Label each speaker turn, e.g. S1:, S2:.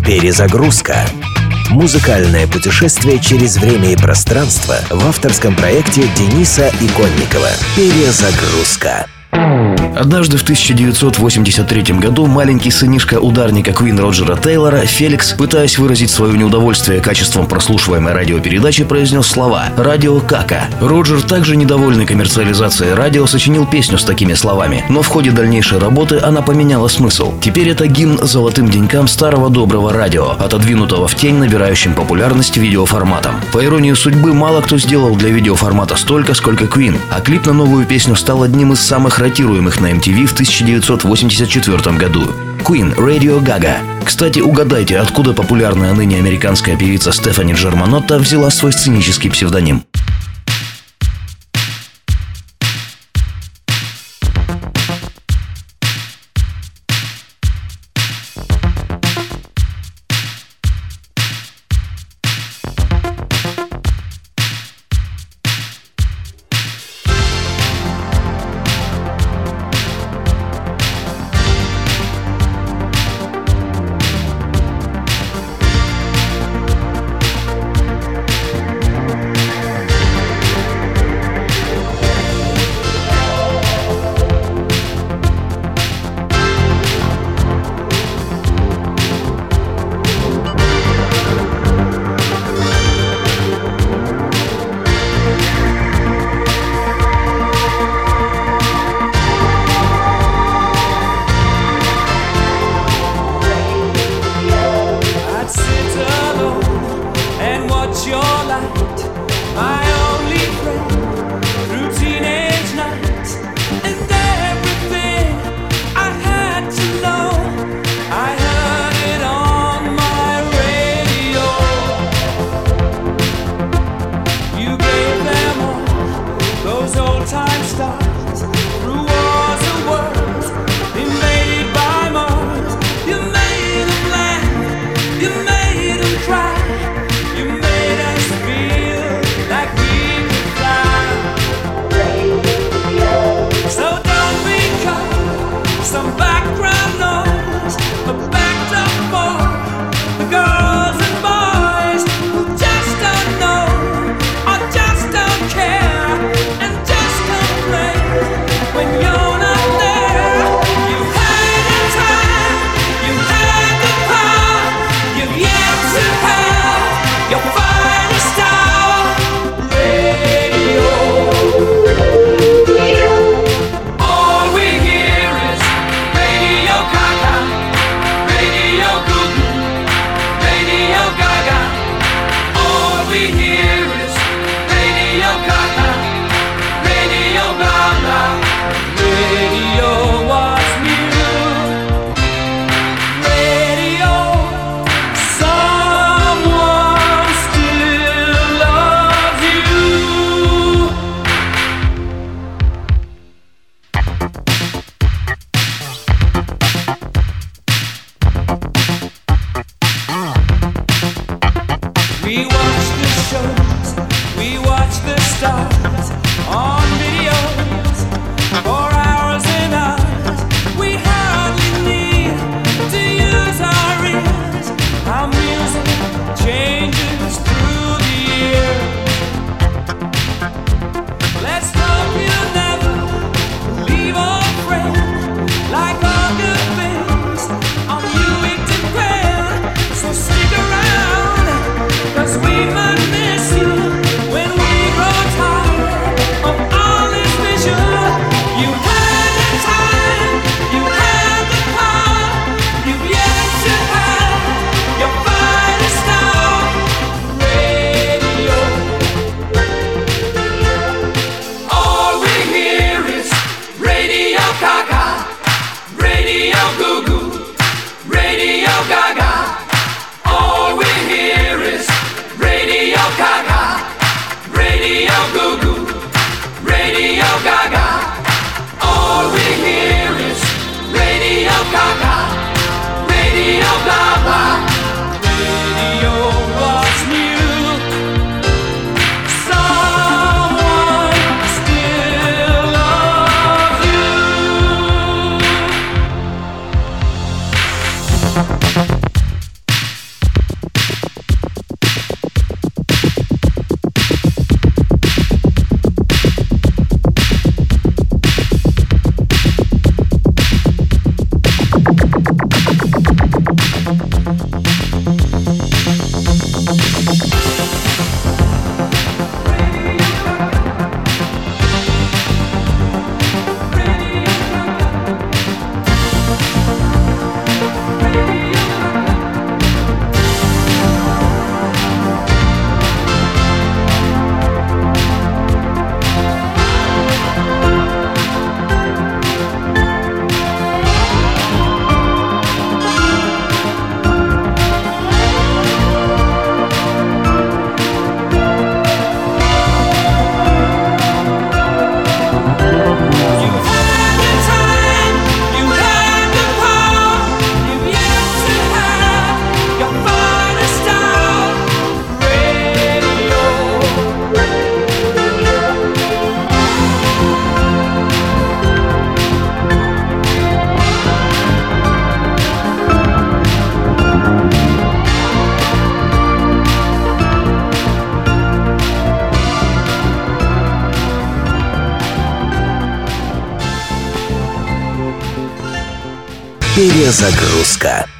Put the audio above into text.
S1: Перезагрузка. Музыкальное путешествие через время и пространство в авторском проекте Дениса Иконникова. Перезагрузка.
S2: Однажды в 1983 году маленький сынишка ударника Queen Роджера Тейлора, Феликс, пытаясь выразить свое неудовольствие качеством прослушиваемой радиопередачи, произнес слова «радио кака». Роджер, также недовольный коммерциализацией радио, сочинил песню с такими словами, но в ходе дальнейшей работы она поменяла смысл. Теперь это гимн золотым денькам старого доброго радио, отодвинутого в тень набирающим популярность видеоформатом. По иронии судьбы, мало кто сделал для видеоформата столько, сколько Queen, а клип на новую песню стал одним из самых ротируемых на MTV в 1984 году. Queen Radio Gaga. Кстати, угадайте, откуда популярная ныне американская певица Стефани Джерманотта взяла свой сценический псевдоним.
S3: We watch the shows, we watch the stars on videos for hours and hours. We hardly need to use our ears. Our music changes through the year. Let's hope you never leave our friend. Like all good things, on you it depends. So stick around, 'cause we might miss you when we grow tired.
S1: Перезагрузка.